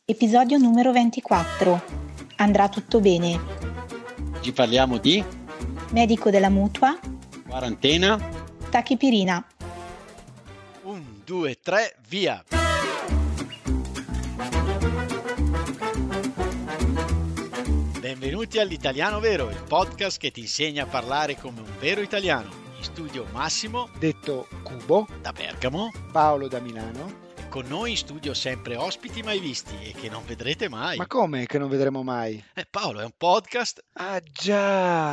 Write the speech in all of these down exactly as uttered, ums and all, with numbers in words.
Episodio numero ventiquattro. Andrà tutto bene. Oggi parliamo di medico della mutua, quarantena, tachipirina. Un, due, tre, via! Benvenuti all'Italiano Vero, il podcast che ti insegna a parlare come un vero italiano. In studio Massimo, detto Cubo, da Bergamo, Paolo da Milano. Con noi in studio sempre ospiti mai visti e che non vedrete mai. Ma come che non vedremo mai? Eh, Paolo, è un podcast. Ah già!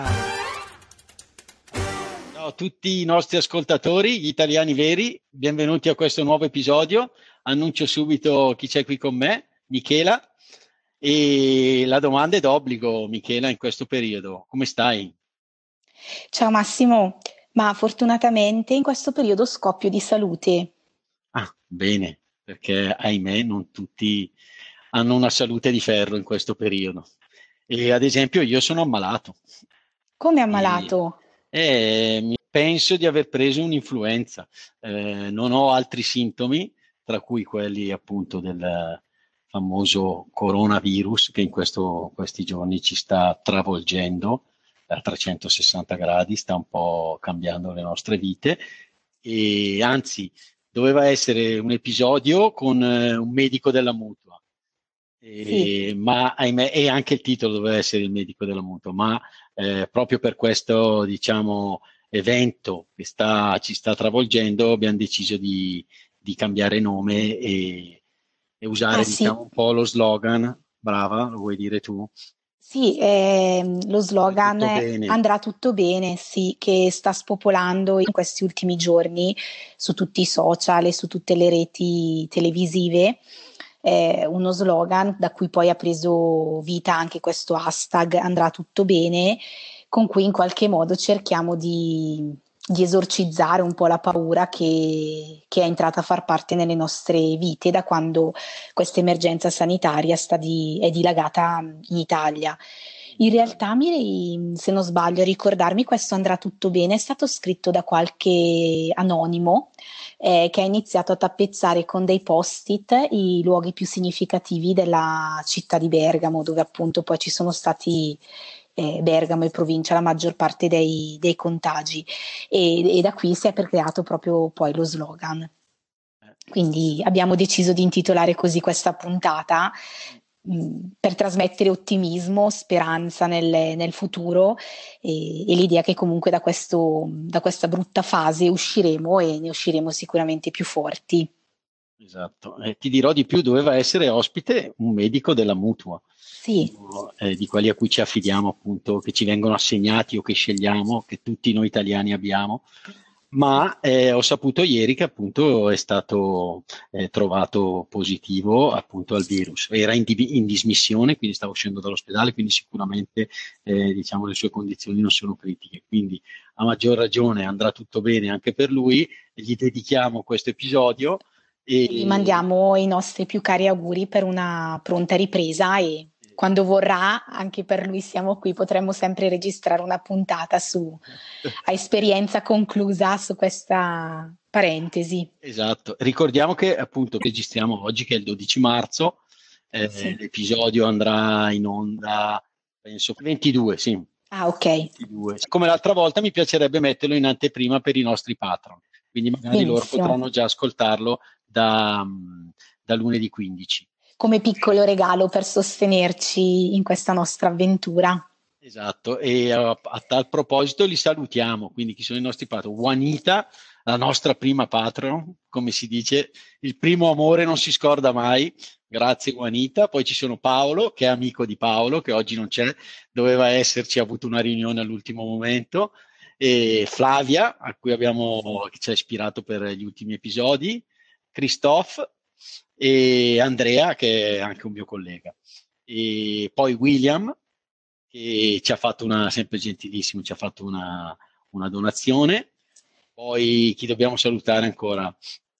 Ciao a tutti i nostri ascoltatori, gli italiani veri, benvenuti a questo nuovo episodio. Annuncio subito chi c'è qui con me, Michela. E la domanda è d'obbligo, Michela, in questo periodo. Come stai? Ciao Massimo, ma fortunatamente in questo periodo scoppio di salute. Ah, bene. Perché ahimè non tutti hanno una salute di ferro in questo periodo. E ad esempio io sono ammalato. Come ammalato? E, e penso di aver preso un'influenza. Eh, non ho altri sintomi, tra cui quelli appunto del famoso coronavirus che in questo, questi giorni ci sta travolgendo a trecentosessanta gradi, sta un po' cambiando le nostre vite e anzi doveva essere un episodio con eh, un medico della mutua, e, sì. ma ahimè, e anche il titolo doveva essere il medico della mutua, ma eh, proprio per questo diciamo evento che sta, ci sta travolgendo abbiamo deciso di, di cambiare nome e, e usare Ah, diciamo sì. un po' lo slogan. Brava, lo vuoi dire tu? Sì, ehm, lo slogan Tutto è bene. andrà tutto bene, sì, che sta spopolando in questi ultimi giorni su tutti i social e su tutte le reti televisive. È uno slogan da cui poi ha preso vita anche questo hashtag andrà tutto bene, con cui in qualche modo cerchiamo di, di esorcizzare un po' la paura che, che è entrata a far parte nelle nostre vite da quando questa emergenza sanitaria sta di, è dilagata in Italia. In realtà, mi, se non sbaglio, a ricordarmi questo andrà tutto bene, è stato scritto da qualche anonimo eh, che ha iniziato a tappezzare con dei post-it i luoghi più significativi della città di Bergamo, dove appunto poi ci sono stati eh, Bergamo e provincia la maggior parte dei, dei contagi e, e da qui si è creato proprio poi lo slogan. Quindi abbiamo deciso di intitolare così questa puntata mh, per trasmettere ottimismo, speranza nel, nel futuro e, e l'idea che comunque da, questo, da questa brutta fase usciremo e ne usciremo sicuramente più forti. Esatto, e ti dirò di più, doveva essere ospite un medico della mutua, Sì. eh, di quelli a cui ci affidiamo appunto, che ci vengono assegnati o che scegliamo, che tutti noi italiani abbiamo, ma eh, ho saputo ieri che appunto è stato eh, trovato positivo appunto al virus, era in, di- in dismissione, quindi stava uscendo dall'ospedale, quindi sicuramente eh, diciamo le sue condizioni non sono critiche, quindi a maggior ragione andrà tutto bene anche per lui, e gli dedichiamo questo episodio. E Gli mandiamo i nostri più cari auguri per una pronta ripresa e quando vorrà, anche per lui siamo qui, potremmo sempre registrare una puntata su a esperienza conclusa su questa parentesi. Esatto, ricordiamo che appunto registriamo oggi che è il dodici marzo, eh, Sì. l'episodio andrà in onda penso ventidue, sì. Ah, ok. ventidue. Come l'altra volta mi piacerebbe metterlo in anteprima per i nostri patron, quindi magari loro Benissimo. potranno già ascoltarlo da, da lunedì quindici. Come piccolo regalo per sostenerci in questa nostra avventura. Esatto, e a, a tal proposito li salutiamo, quindi chi sono i nostri patron? Juanita, la nostra prima patron, come si dice, il primo amore non si scorda mai, grazie Juanita. Poi ci sono Paolo, che è amico di Paolo, che oggi non c'è, doveva esserci, ha avuto una riunione all'ultimo momento, e Flavia, a cui abbiamo, che ci ha ispirato per gli ultimi episodi, Christophe e Andrea, che è anche un mio collega, e poi William, che ci ha fatto una, sempre gentilissimo, ci ha fatto una, una donazione. Poi chi dobbiamo salutare ancora?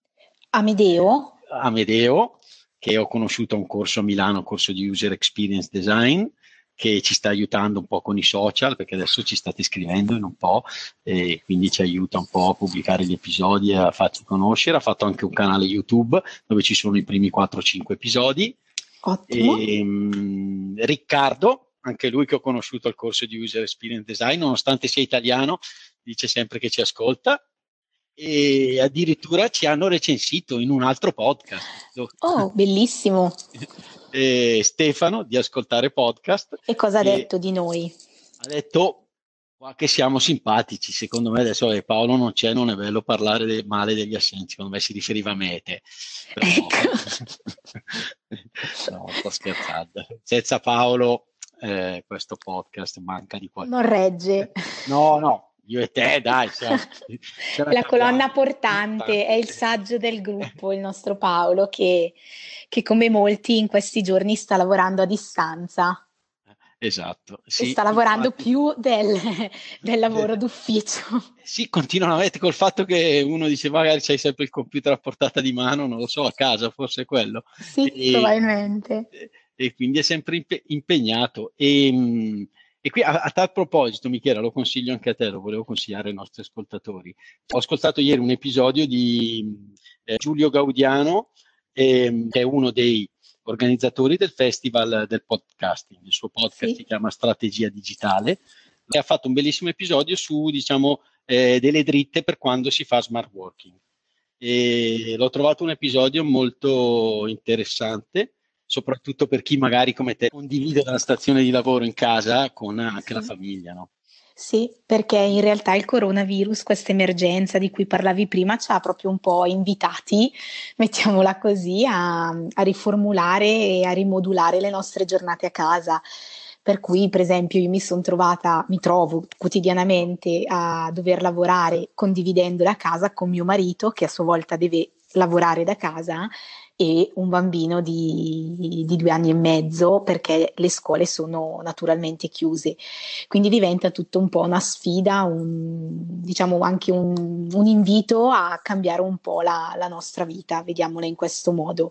Amedeo. Amedeo, che ho conosciuto a un corso a Milano, un corso di User Experience Design, che ci sta aiutando un po' con i social, perché adesso ci state scrivendo in un po', e quindi ci aiuta un po' a pubblicare gli episodi e a farci conoscere. Ha fatto anche un canale YouTube dove ci sono i primi quattro cinque episodi. Ottimo. E, um, Riccardo, anche lui che ho conosciuto al corso di User Experience Design, nonostante sia italiano, dice sempre che ci ascolta. E addirittura ci hanno recensito in un altro podcast. Oh, bellissimo. E Stefano di Ascoltare Podcast. E cosa ha e detto di noi? Ha detto che siamo simpatici. Secondo me adesso eh, Paolo non c'è, non è bello parlare de- male degli assenti. Secondo me si riferiva a me e te. Però... Ecco. no, sto scherzando. Senza Paolo eh, questo podcast manca di qualcosa. Non regge. No, no. Io e te, dai, siamo, la colonna portante è il saggio del gruppo, il nostro Paolo, che, che come molti in questi giorni sta lavorando a distanza. Esatto. Sì, e sta lavorando infatti, più del, del lavoro d'ufficio. Sì, continuano a mettere col fatto che uno dice magari c'hai sempre il computer a portata di mano, non lo so, a casa, forse è quello. Sì, e, probabilmente. E, e quindi è sempre impe- impegnato. E, mh, E qui a, a tal proposito, Michela, lo consiglio anche a te, lo volevo consigliare ai nostri ascoltatori. Ho ascoltato ieri un episodio di eh, Giulio Gaudiano, ehm, che è uno dei organizzatori del Festival del Podcasting. Il suo podcast Sì. si chiama Strategia Digitale e ha fatto un bellissimo episodio su, diciamo, eh, delle dritte per quando si fa smart working. E l'ho trovato un episodio molto interessante, soprattutto per chi magari come te condivide la stazione di lavoro in casa con anche Sì. la famiglia, no? Sì, perché in realtà il coronavirus, questa emergenza di cui parlavi prima, ci ha proprio un po' invitati, mettiamola così, a, a riformulare e a rimodulare le nostre giornate a casa. Per cui, per esempio, io mi sono trovata, mi trovo quotidianamente a dover lavorare condividendo la casa con mio marito, che a sua volta deve lavorare da casa, e un bambino di, di due anni e mezzo, perché le scuole sono naturalmente chiuse. Quindi diventa tutto un po' una sfida, un, diciamo anche un, un invito a cambiare un po' la, la nostra vita, vediamola in questo modo.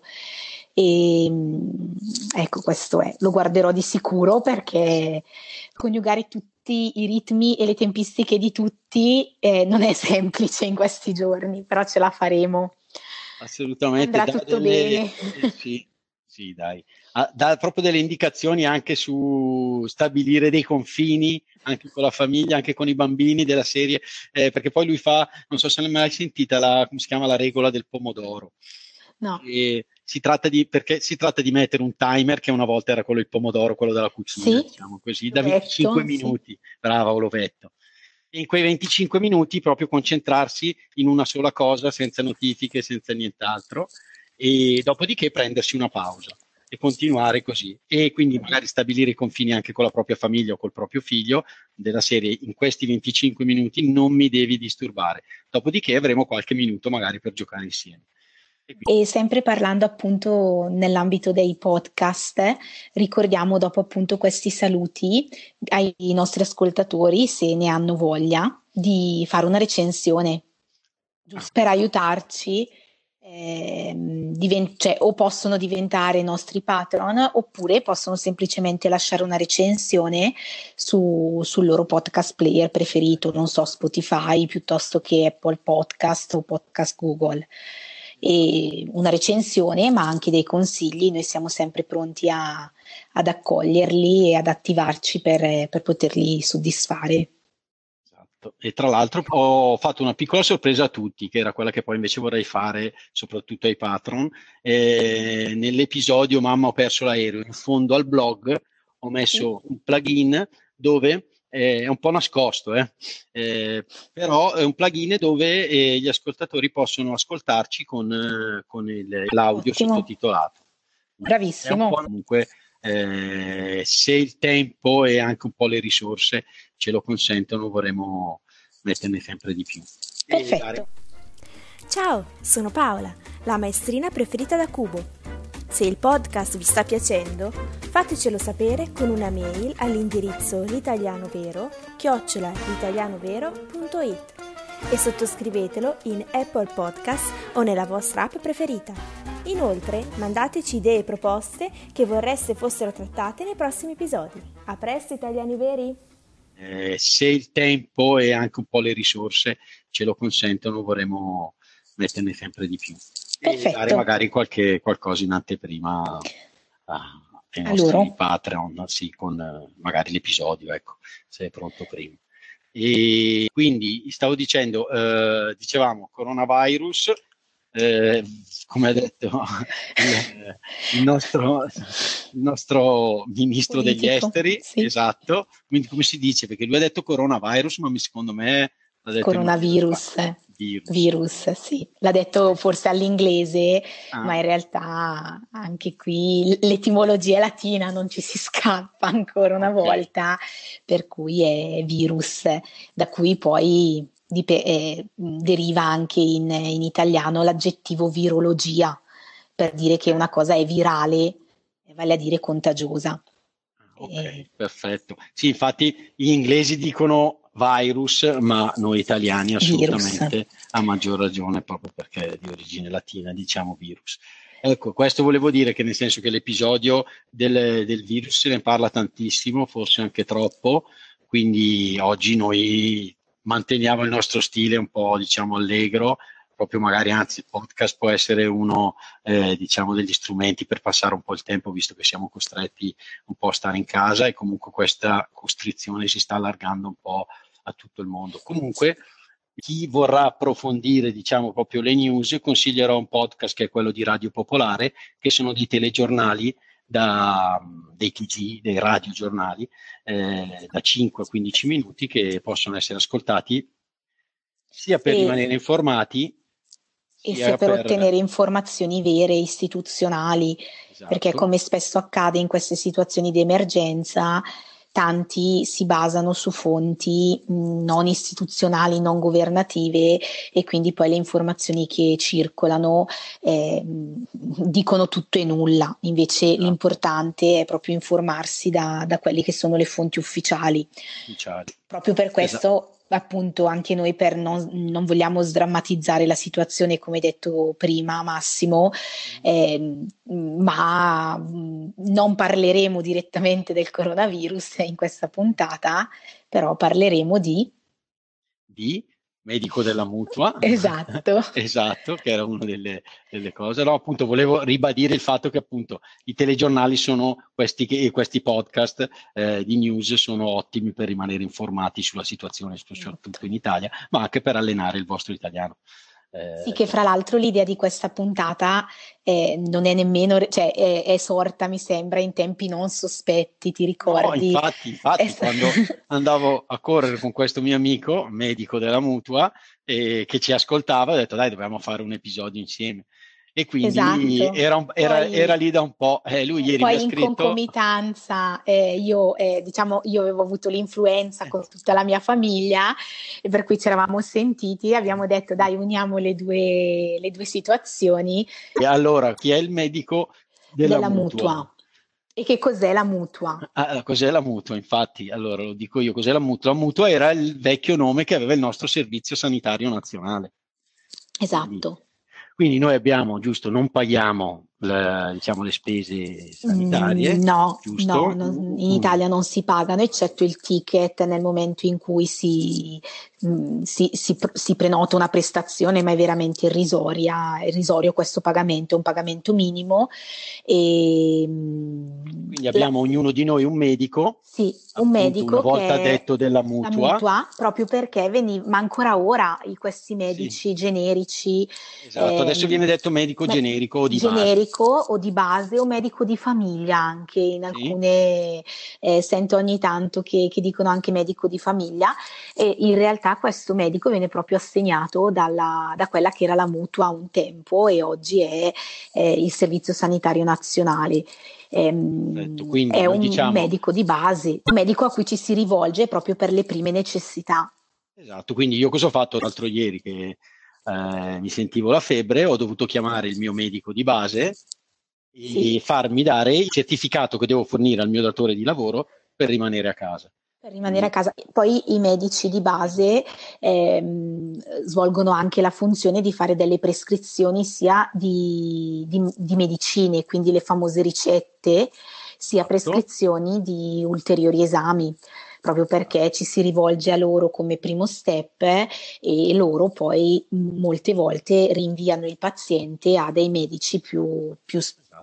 E ecco, questo è, lo guarderò di sicuro perché coniugare tutti i ritmi e le tempistiche di tutti eh, non è semplice in questi giorni, però ce la faremo. Assolutamente, Andrà dà tutto delle, bene. eh, sì, sì, dai, ah, dà proprio delle indicazioni anche su stabilire dei confini anche con la famiglia, anche con i bambini della serie, eh, perché poi lui fa, non so se l'hai mai sentita, la, come si chiama, la regola del pomodoro. No. E si tratta di, perché si tratta di mettere un timer che una volta era quello del pomodoro, quello della cucina, Sì, diciamo così, da venticinque l'ovetto, sì. minuti. Brava, Olovetto. E in quei venticinque minuti proprio concentrarsi in una sola cosa, senza notifiche, senza nient'altro, e dopodiché prendersi una pausa e continuare così. E quindi magari stabilire i confini anche con la propria famiglia o col proprio figlio, della serie in questi venticinque minuti non mi devi disturbare. Dopodiché avremo qualche minuto magari per giocare insieme. E sempre parlando appunto nell'ambito dei podcast, eh, ricordiamo dopo appunto questi saluti ai nostri ascoltatori, se ne hanno voglia, di fare una recensione, giusto per aiutarci, eh, divent- cioè, o possono diventare nostri patron oppure possono semplicemente lasciare una recensione su, sul loro podcast player preferito, non so, Spotify piuttosto che Apple Podcast o Podcast Google. E una recensione, ma anche dei consigli, noi siamo sempre pronti a, ad accoglierli e ad attivarci per, per poterli soddisfare. Esatto. E tra l'altro ho fatto una piccola sorpresa a tutti, che era quella che poi invece vorrei fare soprattutto ai patron. Eh, nell'episodio Mamma ho perso l'aereo, in fondo al blog ho messo un plugin dove eh, è un po' nascosto, eh, eh, però è un plugin dove eh, gli ascoltatori possono ascoltarci con, eh, con il, l'audio Ottimo. sottotitolato. È un Bravissimo. po' comunque eh, se il tempo e anche un po' le risorse ce lo consentono, vorremmo metterne sempre di più. Perfetto. Dare... Ciao, sono Paola, la maestrina preferita da Cubo. Se il podcast vi sta piacendo, fatecelo sapere con una mail all'indirizzo l'italianovero chiocciola l'italianovero.it e sottoscrivetelo in Apple Podcast o nella vostra app preferita. Inoltre, mandateci idee e proposte che vorreste fossero trattate nei prossimi episodi. A presto, italiani veri! Eh, se il tempo e anche un po' le risorse ce lo consentono, vorremmo metterne sempre di più. Perfetto. E dare magari qualche qualcosa in anteprima a- ai A nostri loro. Patreon, sì, con eh, magari l'episodio, ecco, se è pronto prima. E quindi stavo dicendo, eh, dicevamo coronavirus, eh, come ha detto il, il nostro, il nostro ministro degli Politico, esteri, sì. esatto, quindi come si dice? Perché lui ha detto coronavirus, ma mi- secondo me l'ha detto in maniera Coronavirus, sbagliata. Virus. virus, sì. L'ha detto forse all'inglese, ma Ah, in realtà anche qui l'etimologia è latina, non ci si scappa ancora una ok. volta, per cui è virus, da cui poi dipe- eh, deriva anche in, in italiano l'aggettivo virologia, per dire che una cosa è virale, vale a dire contagiosa. Ok, Eh, perfetto. Sì, infatti gli inglesi dicono virus, ma noi italiani virus. assolutamente a maggior ragione, proprio perché è di origine latina, diciamo virus. Ecco, questo volevo dire che nel senso che l'episodio del, del virus se ne parla tantissimo, forse anche troppo, quindi oggi noi manteniamo il nostro stile un po', diciamo, allegro, proprio magari, anzi, il podcast può essere uno, eh, diciamo, degli strumenti per passare un po' il tempo, visto che siamo costretti un po' a stare in casa e comunque questa costrizione si sta allargando un po' a tutto il mondo. Comunque, chi vorrà approfondire, diciamo, proprio le news, consiglierò un podcast che è quello di Radio Popolare, che sono dei telegiornali da, dei T G, dei radiogiornali, eh, da cinque a quindici minuti che possono essere ascoltati sia per E rimanere informati, E sia sia per per... ottenere informazioni vere, istituzionali, perché Esatto, come spesso accade in queste situazioni di emergenza, tanti si basano su fonti mh, non istituzionali, non governative e quindi poi le informazioni che circolano eh, dicono tutto e nulla. Invece esatto, l'importante è proprio informarsi da, da quelle che sono le fonti ufficiali. ufficiali. Proprio per Esatto. questo, appunto, anche noi per non, non vogliamo sdrammatizzare la situazione, come detto prima, Massimo, ehm, ma mh, non parleremo direttamente del coronavirus in questa puntata, però parleremo di... Di medico della mutua, Esatto. esatto, che era una delle, delle cose. No, appunto, volevo ribadire il fatto che appunto i telegiornali sono questi, che, questi podcast eh, di news sono ottimi per rimanere informati sulla situazione, Esatto. soprattutto in Italia, ma anche per allenare il vostro italiano. Sì, Eh, che fra l'altro l'idea di questa puntata eh, non è nemmeno, cioè è, è sorta, mi sembra, in tempi non sospetti, ti no, ricordi? infatti, È infatti, sta- quando andavo a correre con questo mio amico, medico della mutua, eh, che ci ascoltava, ho detto dai, dobbiamo fare un episodio insieme. E quindi Esatto. era, un- era- era Poi, lì da un po'. Eh, lui eh, ieri mi ha poi in scritto, concomitanza eh, io, eh, diciamo, io avevo avuto l'influenza eh, con tutta la mia famiglia e per cui ci eravamo sentiti e abbiamo detto dai, uniamo le due, le due situazioni e allora, chi è il medico della della mutua? mutua. E che cos'è la mutua? Ah, cos'è la mutua? Infatti, allora lo dico io, cos'è la mutua? La mutua era il vecchio nome che aveva il nostro Servizio Sanitario Nazionale. Quindi, Esatto. quindi noi abbiamo, giusto, non paghiamo le, diciamo, le spese Mm, sanitarie, no, no, giusto? non- in Mm, Italia non si pagano, eccetto il ticket nel momento in cui si, mm, si- si pr- si prenota una prestazione, ma è veramente irrisoria, è irrisorio questo pagamento, è un pagamento minimo. E, mm, quindi la- abbiamo ognuno di noi un medico, sì, un appunto una medico che volta è detto della la mutua. mutua, proprio perché veniva, ma ancora ora i- questi Sì, medici generici, esatto. Adesso ehm, viene detto medico me- generico o di base. generico o di base o medico di famiglia anche in Sì, alcune, eh, sento ogni tanto che, che dicono anche medico di famiglia e in realtà questo medico viene proprio assegnato dalla- da quella che era la mutua un tempo e oggi è, eh, il Servizio Sanitario Nazionale. perfetto. Ehm, Quindi è noi un diciamo, medico di base, un medico a cui ci si rivolge proprio per le prime necessità. esatto, quindi io cosa ho fatto l'altro ieri che eh, mi sentivo la febbre, ho dovuto chiamare il mio medico di base Sì, e farmi dare il certificato che devo fornire al mio datore di lavoro per rimanere a casa. per rimanere a Quindi, casa. Poi i medici di base ehm, svolgono anche la funzione di fare delle prescrizioni sia di, di, di medicine, quindi le famose ricette, sia esatto, prescrizioni di ulteriori esami, proprio perché ci si rivolge a loro come primo step eh, e loro poi mh, molte volte rinviano il paziente a dei medici più, più,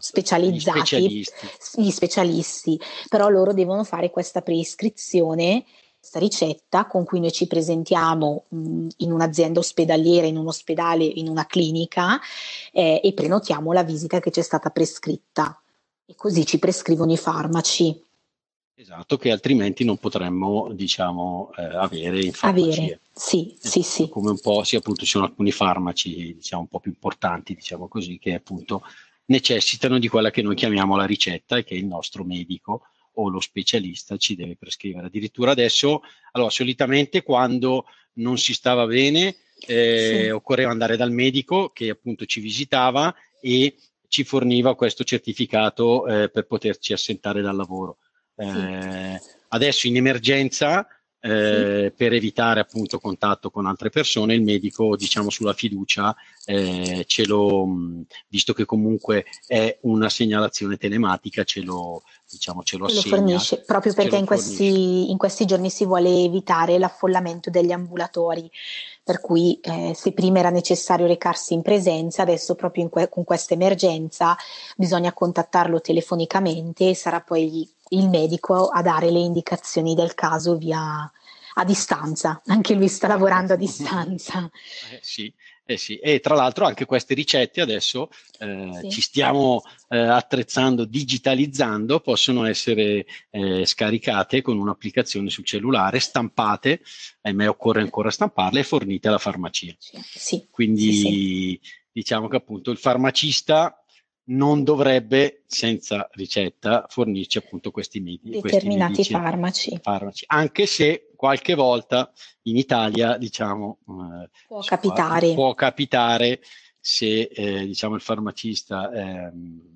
specializzati, gli specialisti. gli specialisti, però loro devono fare questa prescrizione, questa ricetta con cui noi ci presentiamo mh, in un'azienda ospedaliera, in un ospedale, in una clinica eh, e prenotiamo la visita che ci è stata prescritta e così ci prescrivono i farmaci. Esatto, che altrimenti non potremmo, diciamo, eh, avere in farmacie. Avere, sì, esatto, sì, sì. Come un po', sì, appunto, ci sono alcuni farmaci, diciamo, un po' più importanti, diciamo così, che appunto necessitano di quella che noi chiamiamo la ricetta e che il nostro medico o lo specialista ci deve prescrivere. Addirittura adesso, allora, solitamente quando non si stava bene, eh, Sì. occorreva andare dal medico che appunto ci visitava e ci forniva questo certificato eh, per poterci assentare dal lavoro. Eh, Sì. Adesso in emergenza, eh, Sì. per evitare appunto contatto con altre persone, il medico, diciamo, sulla fiducia eh, ce lo, mh, visto che comunque è una segnalazione telematica, ce lo, diciamo, ce lo Ce lo assegna, fornisce proprio perché in questi, in questi giorni si vuole evitare l'affollamento degli ambulatori, per cui eh, se prima era necessario recarsi in presenza, adesso proprio in que- con questa emergenza bisogna contattarlo telefonicamente e sarà poi il medico a dare le indicazioni del caso via a distanza, anche lui sta lavorando a distanza. Eh sì, eh sì. E tra l'altro anche queste ricette adesso eh, Sì. ci stiamo eh, attrezzando, digitalizzando, possono essere eh, scaricate con un'applicazione sul cellulare, stampate, ahimè occorre ancora stamparle e fornite alla farmacia. Sì. Quindi Sì, sì. diciamo che appunto il farmacista non dovrebbe, senza ricetta, fornirci appunto questi, medi- questi Determinati medici, farmaci. farmaci, anche se qualche volta in Italia, diciamo, eh, Può insomma, capitare. può capitare se eh, diciamo il farmacista ehm,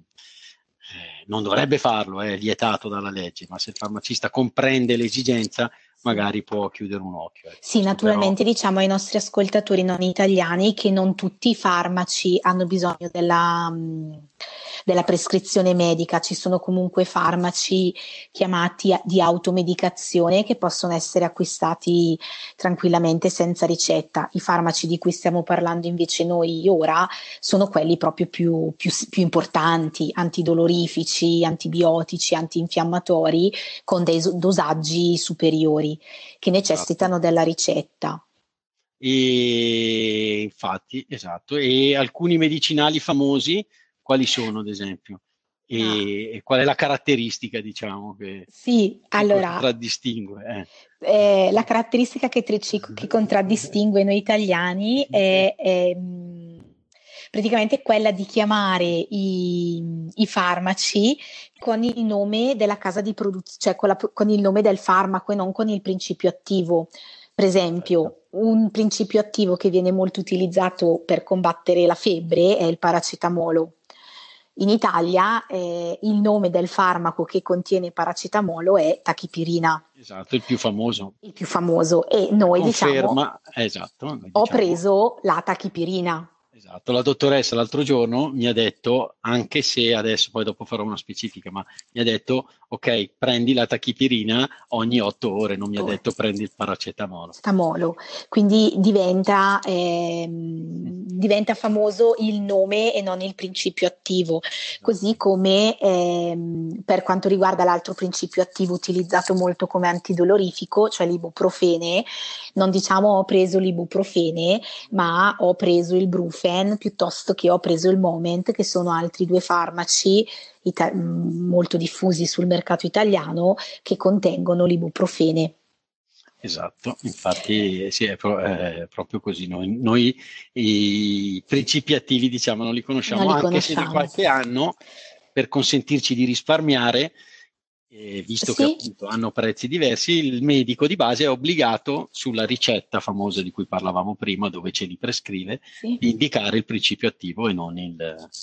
eh, non dovrebbe farlo, è vietato dalla legge, ma se il farmacista comprende l'esigenza, magari può chiudere un occhio. Ecco. Sì, Questo naturalmente però, diciamo ai nostri ascoltatori non italiani che non tutti i farmaci hanno bisogno della, mh, della prescrizione medica, ci sono comunque farmaci chiamati a- di automedicazione che possono essere acquistati tranquillamente senza ricetta. I farmaci di cui stiamo parlando invece noi ora sono quelli proprio più, più, più importanti, antidolorifici, antibiotici, antinfiammatori, con dei dosaggi superiori che necessitano esatto. della ricetta. E infatti, esatto, e alcuni medicinali famosi, quali sono ad esempio? Ah, E, e qual è la caratteristica, diciamo, che, sì, che allora, contraddistingue? Eh. eh, la caratteristica che, tri- ci- che contraddistingue noi italiani è, è, mh, praticamente quella di chiamare i, i farmaci con il nome della casa di produzione, cioè con, la- con il nome del farmaco e non con il principio attivo. Per esempio, un principio attivo che viene molto utilizzato per combattere la febbre è il paracetamolo. In Italia eh, il nome del farmaco che contiene paracetamolo è tachipirina, Esatto, il più famoso. il più famoso, e A noi diciamo conferma, esatto, noi ho diciamo. preso la tachipirina. Esatto, la dottoressa l'altro giorno mi ha detto, anche se adesso poi dopo farò una specifica, ma mi ha detto, ok, prendi la tachipirina ogni otto ore, non mi ha detto prendi il paracetamolo. Paracetamolo. Quindi diventa, ehm, diventa famoso il nome e non il principio attivo, così come ehm, per quanto riguarda l'altro principio attivo utilizzato molto come antidolorifico, cioè l'ibuprofene, non diciamo ho preso l'ibuprofene, ma ho preso il Brufen piuttosto che ho preso il Moment, che sono altri due farmaci ita- molto diffusi sul mercato italiano che contengono l'ibuprofene. Esatto, infatti sì, è, pro- è proprio così. Noi, noi i principi attivi, diciamo, non li Non conosciamo, li anche se da conosciamo. qualche anno, per consentirci di risparmiare, eh, visto che Sì, appunto hanno prezzi diversi, il medico di base è obbligato, sulla ricetta famosa di cui parlavamo prima, dove ce li prescrive, sì. di indicare il principio attivo e non il,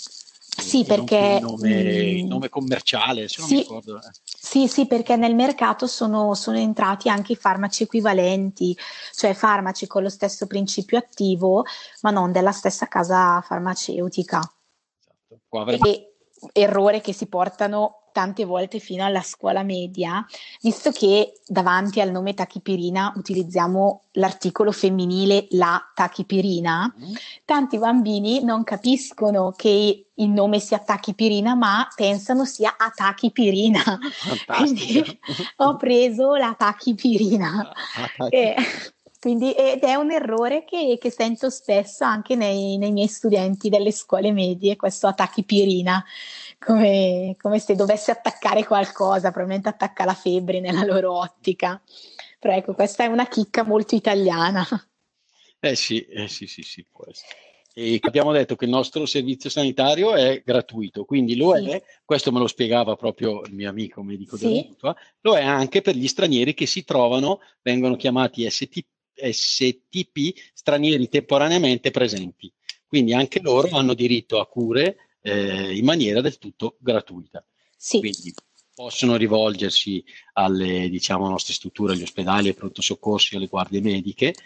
e, Sì, e non più il perché nome, il mh, nome commerciale, se non mi sì, ricordo. eh. sì, sì, perché nel mercato sono, sono entrati anche i farmaci equivalenti, cioè farmaci con lo stesso principio attivo, ma non della stessa casa farmaceutica. Esatto. Qua avremmo E errore che si portano tante volte fino alla scuola media, visto che davanti al nome tachipirina utilizziamo l'articolo femminile la tachipirina, mm. tanti bambini non capiscono che il nome sia tachipirina, ma pensano sia atachipirina. Quindi ho preso la tachipirina. E, quindi, ed è un errore che, che sento spesso anche nei, nei miei studenti delle scuole medie, questo atachipirina, come, come se dovesse attaccare qualcosa, probabilmente attacca la febbre nella loro ottica. Però ecco, questa è una chicca molto italiana. Eh sì, eh sì, sì, sì, può essere. E abbiamo detto che il nostro servizio sanitario è gratuito, quindi lo sì. è, questo me lo spiegava proprio il mio amico medico sì. della mutua, lo è anche per gli stranieri che si trovano, vengono chiamati S T, S T P, stranieri temporaneamente presenti. Quindi anche loro hanno diritto a cure eh, in maniera del tutto gratuita. Sì. Quindi possono rivolgersi alle, diciamo, nostre strutture, agli ospedali, ai pronto soccorsi, alle guardie mediche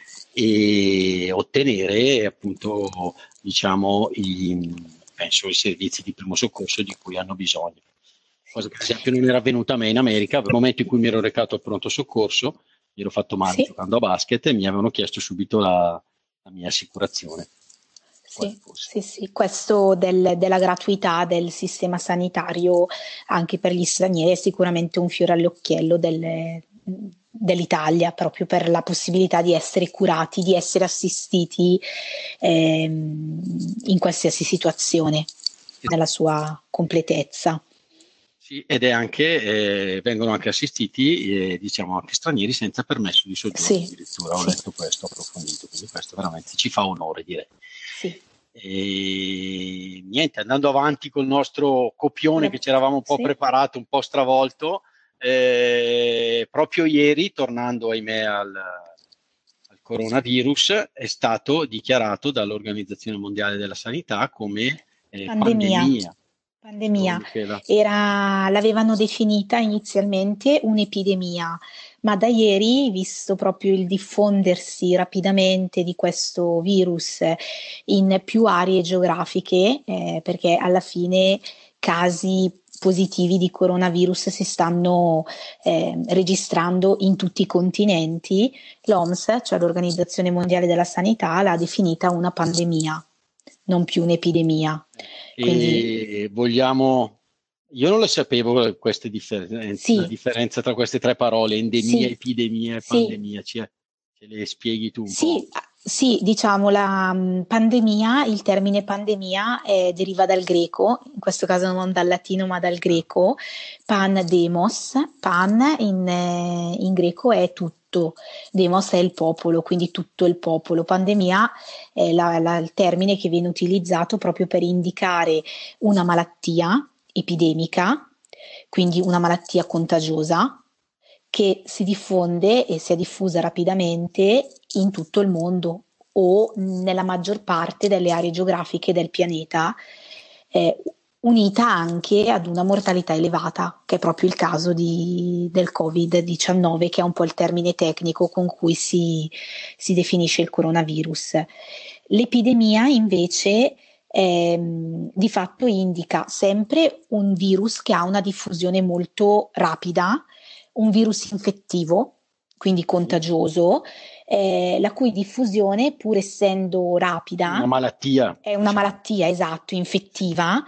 e ottenere appunto, diciamo, i, penso, i servizi di primo soccorso di cui hanno bisogno. Cosa che per esempio non era avvenuta a me in America. Nel momento in cui mi ero recato al pronto soccorso, mi ero fatto male sì. giocando a basket e mi avevano chiesto subito la, la mia assicurazione. Sì, sì, sì, questo del, della gratuità del sistema sanitario anche per gli stranieri è sicuramente un fiore all'occhiello del, dell'Italia, proprio per la possibilità di essere curati, di essere assistiti ehm, in qualsiasi situazione, nella sua completezza. Sì, ed è anche, eh, vengono anche assistiti, eh, diciamo, anche stranieri senza permesso di soggiorno, sì, addirittura, ho sì. letto questo, approfondito, quindi questo veramente ci fa onore, direi. Sì. E niente, andando avanti col nostro copione eh, che ci eravamo un po' sì. preparato, un po' stravolto, eh, proprio ieri, tornando ahimè al, al coronavirus, è stato dichiarato dall'Organizzazione Mondiale della Sanità come eh, pandemia. pandemia. Pandemia. Era, l'avevano definita inizialmente un'epidemia, ma da ieri, visto proprio il diffondersi rapidamente di questo virus in più aree geografiche, eh, perché alla fine casi positivi di coronavirus si stanno eh, registrando in tutti i continenti, l'O M S, cioè l'Organizzazione Mondiale della Sanità, l'ha definita una pandemia, non più un'epidemia. Quindi... E vogliamo, io non lo sapevo queste differenze, sì. la differenza tra queste tre parole, endemia, sì. epidemia e sì. pandemia, ce, ce le spieghi tu un sì. po'? Sì, diciamo la um, pandemia, il termine pandemia eh, deriva dal greco, in questo caso non dal latino ma dal greco, pandemos, pan in, eh, in greco è tutto, demos è il popolo, quindi tutto il popolo, pandemia è la, la, il termine che viene utilizzato proprio per indicare una malattia epidemica, quindi una malattia contagiosa, che si diffonde e si è diffusa rapidamente in tutto il mondo o nella maggior parte delle aree geografiche del pianeta, eh, unita anche ad una mortalità elevata, che è proprio il caso di, del covid diciannove, che è un po' il termine tecnico con cui si, si definisce il coronavirus. L'epidemia invece ehm, di fatto indica sempre un virus che ha una diffusione molto rapida, un virus infettivo, quindi contagioso, eh, la cui diffusione, pur essendo rapida, una malattia, è una malattia, esatto, infettiva,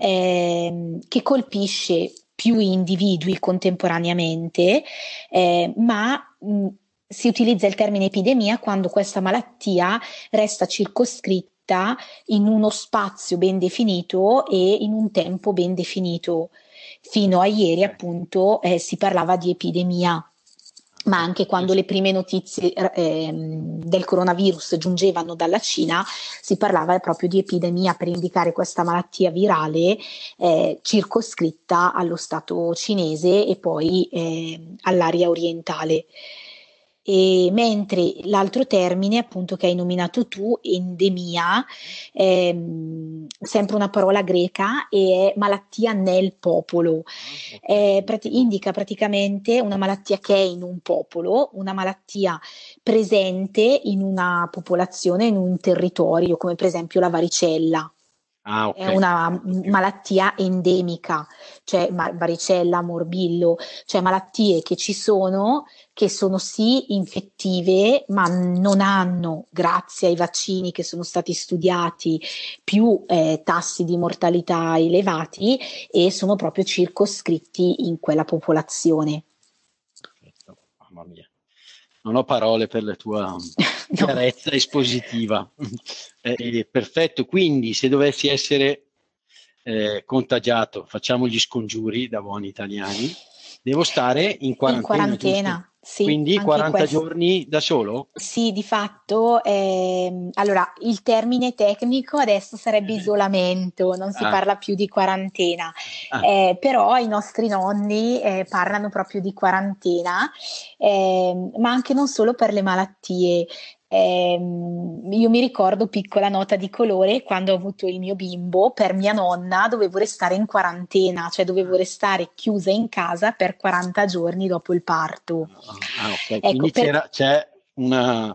eh, che colpisce più individui contemporaneamente, eh, ma mh, si utilizza il termine epidemia quando questa malattia resta circoscritta in uno spazio ben definito e in un tempo ben definito. Fino a ieri appunto eh, si parlava di epidemia, ma anche quando le prime notizie eh, del coronavirus giungevano dalla Cina si parlava proprio di epidemia per indicare questa malattia virale eh, circoscritta allo stato cinese e poi eh, all'area orientale. E mentre l'altro termine appunto che hai nominato tu, endemia, è sempre una parola greca e è malattia nel popolo, è, prati- indica praticamente una malattia che è in un popolo, una malattia presente in una popolazione, in un territorio, come per esempio la varicella. Ah, È ok. una malattia endemica, cioè ma- varicella, morbillo, cioè malattie che ci sono, che sono sì infettive, ma non hanno, grazie ai vaccini che sono stati studiati, più eh, tassi di mortalità elevati e sono proprio circoscritti in quella popolazione. Perfetto. Mamma mia. Non ho parole per la tua No. chiarezza espositiva. Eh, perfetto, quindi se dovessi essere eh, contagiato, facciamo gli scongiuri da buoni italiani, devo stare in In quarantena, giusto? quarantena, sì, Quindi anche quaranta questo. giorni da solo? Sì, di fatto, ehm, allora il termine tecnico adesso sarebbe isolamento, non si Ah, parla più di quarantena, ah, eh, però i nostri nonni eh, parlano proprio di quarantena, ehm, ma anche non solo per le malattie. Ehm, io mi ricordo, piccola nota di colore, quando ho avuto il mio bimbo, per mia nonna dovevo restare in quarantena, cioè dovevo restare chiusa in casa per quaranta giorni dopo il parto. ah, ah, ok, Ecco, quindi per, c'era, c'è una,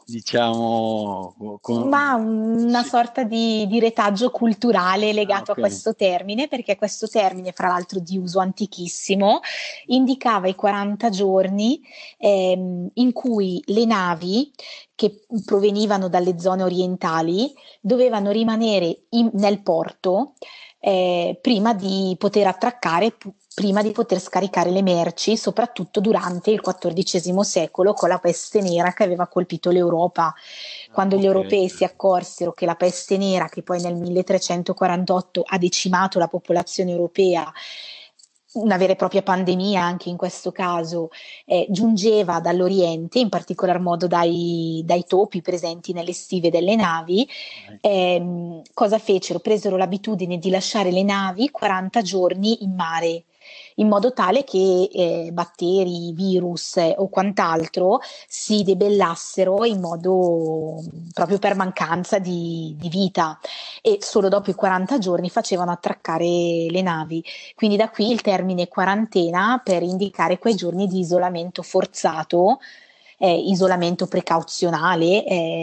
diciamo, ma con- una sì. sorta di, di retaggio culturale Ah, legato a ok. questo termine, perché questo termine, fra l'altro di uso antichissimo, indicava i quaranta giorni ehm, in cui le navi che provenivano dalle zone orientali dovevano rimanere in- nel porto eh, prima di poter attraccare, pu- prima di poter scaricare le merci, soprattutto durante il quattordicesimo secolo con la peste nera che aveva colpito l'Europa. Ah, Quando gli ok. europei si accorsero che la peste nera, che poi nel milletrecentoquarantotto ha decimato la popolazione europea, una vera e propria pandemia anche in questo caso, eh, giungeva dall'Oriente, in particolar modo dai, dai topi presenti nelle stive delle navi, Eh, ehm, cosa fecero? Presero l'abitudine di lasciare le navi quaranta giorni in mare, in modo tale che eh, batteri, virus eh, o quant'altro si debellassero in modo proprio per mancanza di, di vita, e solo dopo i quaranta giorni facevano attraccare le navi. Quindi da qui il termine quarantena per indicare quei giorni di isolamento forzato, eh, isolamento precauzionale,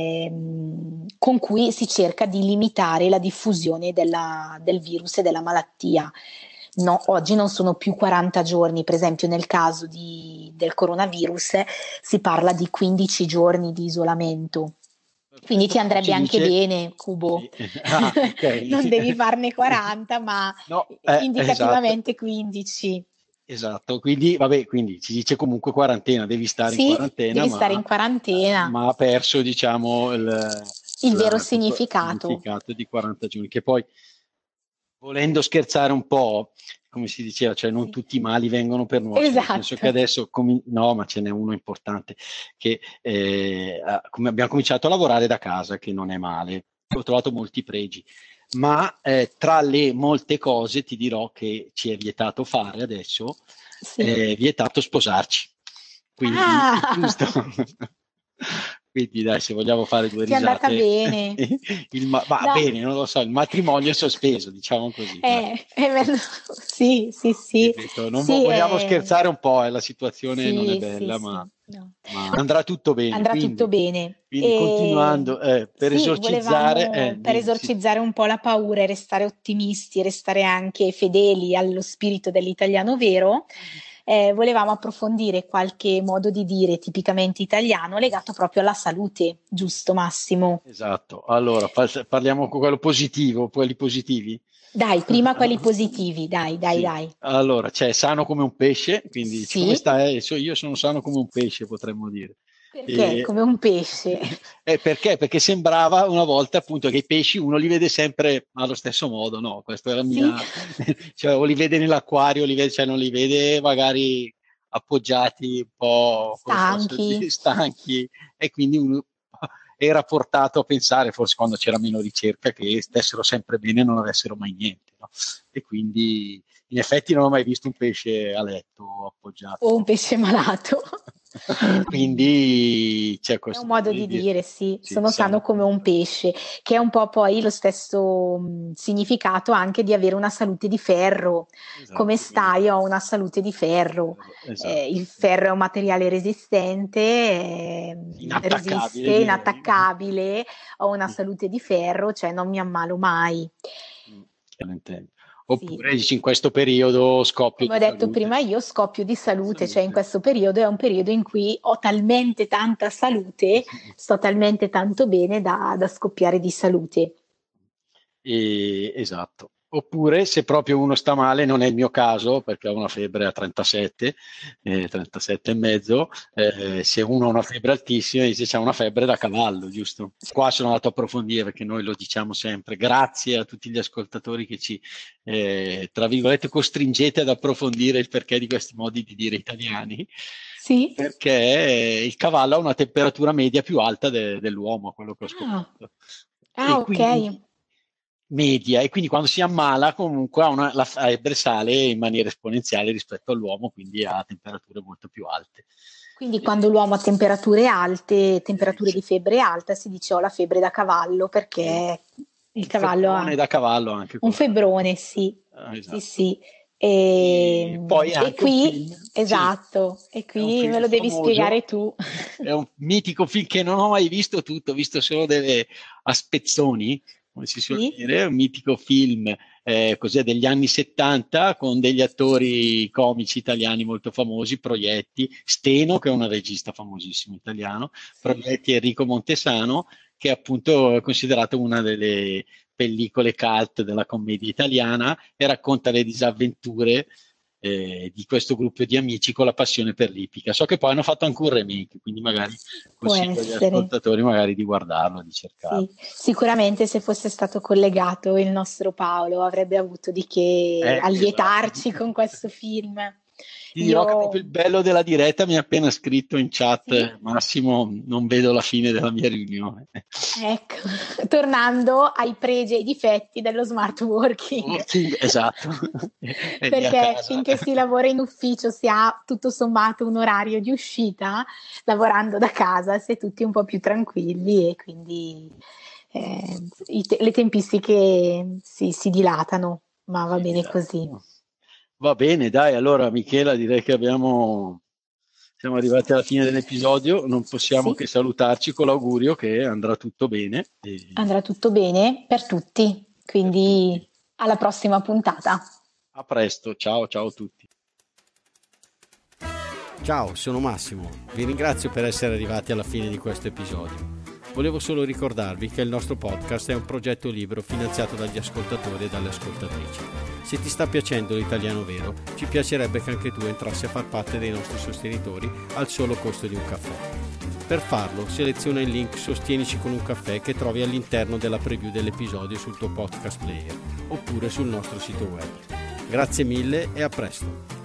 ehm, con cui si cerca di limitare la diffusione della- del virus e della malattia. No, oggi non sono più quaranta giorni, per esempio nel caso di- del coronavirus si parla di quindici giorni di isolamento. Quindi Perfetto, ti però andrebbe ci anche dice... bene, Cubo. Sì. Ah, ok. Non devi farne quaranta, ma No, eh, esatto, indicativamente quindici. esatto. Quindi, vabbè, quindi ci dice comunque quarantena, devi stare in Sì, quarantena, devi stare in ma, quarantena. ma ha perso, diciamo, il, Il vero la- questo significato. significato di quaranta giorni, che poi, volendo scherzare un po', come si diceva, cioè non Sì. tutti i mali vengono per nuoce, nel senso che Esatto. adesso, comi- no, ma ce n'è uno importante, che eh, ah, come abbiamo cominciato a lavorare da casa, che non è male, ho trovato molti pregi, ma eh, tra le molte cose ti dirò che ci è vietato fare adesso, Sì. è vietato sposarci. Quindi, Ah, giusto. Quindi dai, se vogliamo fare due ti è andata risate, bene. il ma- va No. bene, non lo so, il matrimonio è sospeso, diciamo così, dai. Eh, eh, beh, sì, sì, sì, Ripeto, non vo- sì, vogliamo eh, scherzare un po', eh, la situazione non è sì, sì, bella, sì, ma, no. ma andrà tutto bene. Andrà tutto Quindi, bene. quindi E continuando, eh, per sì, esorcizzare, eh, volevamo per dimmi, sì. esorcizzare un po' la paura e restare ottimisti e restare anche fedeli allo spirito dell'italiano vero, eh, volevamo approfondire qualche modo di dire tipicamente italiano legato proprio alla salute, giusto Massimo? Esatto. Allora, fa- parliamo con quello positivo, quelli positivi. Dai, prima quelli positivi, dai, dai, Sì. dai. Allora, c'è sano come un pesce, quindi dici, come Sì, stai? So- Io sono sano come un pesce, potremmo dire. perché? E- Come un pesce. eh, perché? Perché sembrava una volta appunto che i pesci uno li vede sempre allo stesso modo, no? Questa è la Sì, mia, cioè o li vede nell'acquario, li vede, cioè non li vede magari appoggiati un po', come posso stanchi. dire, stanchi, e quindi uno era portato a pensare, forse quando c'era meno ricerca, che stessero sempre bene e non avessero mai niente, no? E quindi in effetti non ho mai visto un pesce a letto O un appoggiato. pesce malato. Quindi c'è È un questo modo modo di di dire. dire, sì, Sì, sono sano sano come come un un pesce. pesce, che è un po' poi lo stesso mh, significato anche di avere una salute di ferro. Come Esatto, quindi stai? Ho una salute di ferro. Eh, esatto. il ferro è un materiale resistente, eh, resiste, Inattaccabile direi. inattaccabile, ho una Sì. salute di ferro, cioè non mi ammalo mai. Oppure sì. Dici in questo periodo scoppio come di ho detto salute. prima io, scoppio di salute, salute, cioè in questo periodo è un periodo in cui ho talmente tanta salute, sto talmente tanto bene da, da scoppiare di salute. E, esatto. Oppure se proprio uno sta male, non è il mio caso perché ho una febbre a trentasette, eh, trentasette e mezzo, eh, se uno ha una febbre altissima dice c'è una febbre da cavallo, giusto? Qua sono andato a approfondire perché noi lo diciamo sempre, grazie a tutti gli ascoltatori che ci, eh, tra virgolette, costringete ad approfondire il perché di questi modi di dire italiani. Sì. Perché il cavallo ha una temperatura media più alta de- dell'uomo, quello che ho scoperto. Ah, e ok. quindi, media, e quindi quando si ammala comunque ha una, la febbre sale in maniera esponenziale rispetto all'uomo, quindi ha temperature molto più alte. Quindi quando l'uomo ha temperature alte, temperature di febbre alta, si dice ho la febbre da cavallo perché il un cavallo ha da cavallo anche un febbrone, sì. Ah, esatto. Sì, sì. E, e poi e anche qui, un film, esatto, sì, e qui me lo devi famoso, spiegare tu. È un mitico film che non ho mai visto tutto, ho visto solo delle a spezzoni, come si suol Sì? dire, un mitico film eh, cos'è, degli anni settanta con degli attori comici italiani molto famosi, Proietti, Steno che è un regista famosissimo italiano, Proietti e Enrico Montesano, che è appunto considerato una delle pellicole cult della commedia italiana e racconta le disavventure eh, di questo gruppo di amici con la passione per l'ippica. So che poi hanno fatto anche un remake, quindi magari Può consiglio agli essere. ascoltatori magari di guardarlo, di cercarlo. Sì, sicuramente se fosse stato collegato il nostro Paolo avrebbe avuto di che Eh, allietarci esatto. con questo film. Ti dirò Io... che proprio il bello della diretta mi ha appena scritto in chat, Sì? Massimo, non vedo la fine della mia riunione. Ecco, tornando ai pregi e ai difetti dello smart working. Sì, esatto. Perché finché si lavora in ufficio si ha tutto sommato un orario di uscita, lavorando da casa si è tutti un po' più tranquilli e quindi eh, te- le tempistiche si, si dilatano, ma va Sì, bene esatto. così. Va bene, dai, allora Michela, direi che abbiamo siamo arrivati alla fine dell'episodio, non possiamo Sì. che salutarci con l'augurio che andrà tutto bene. E... Andrà tutto bene per tutti, quindi per tutti. alla prossima puntata. A presto, ciao, ciao a tutti. Ciao, sono Massimo, vi ringrazio per essere arrivati alla fine di questo episodio. Volevo solo ricordarvi che il nostro podcast è un progetto libero finanziato dagli ascoltatori e dalle ascoltatrici. Se ti sta piacendo l'italiano vero, ci piacerebbe che anche tu entrassi a far parte dei nostri sostenitori al solo costo di un caffè. Per farlo, seleziona il link Sostienici con un caffè che trovi all'interno della preview dell'episodio sul tuo podcast player oppure sul nostro sito web. Grazie mille e a presto!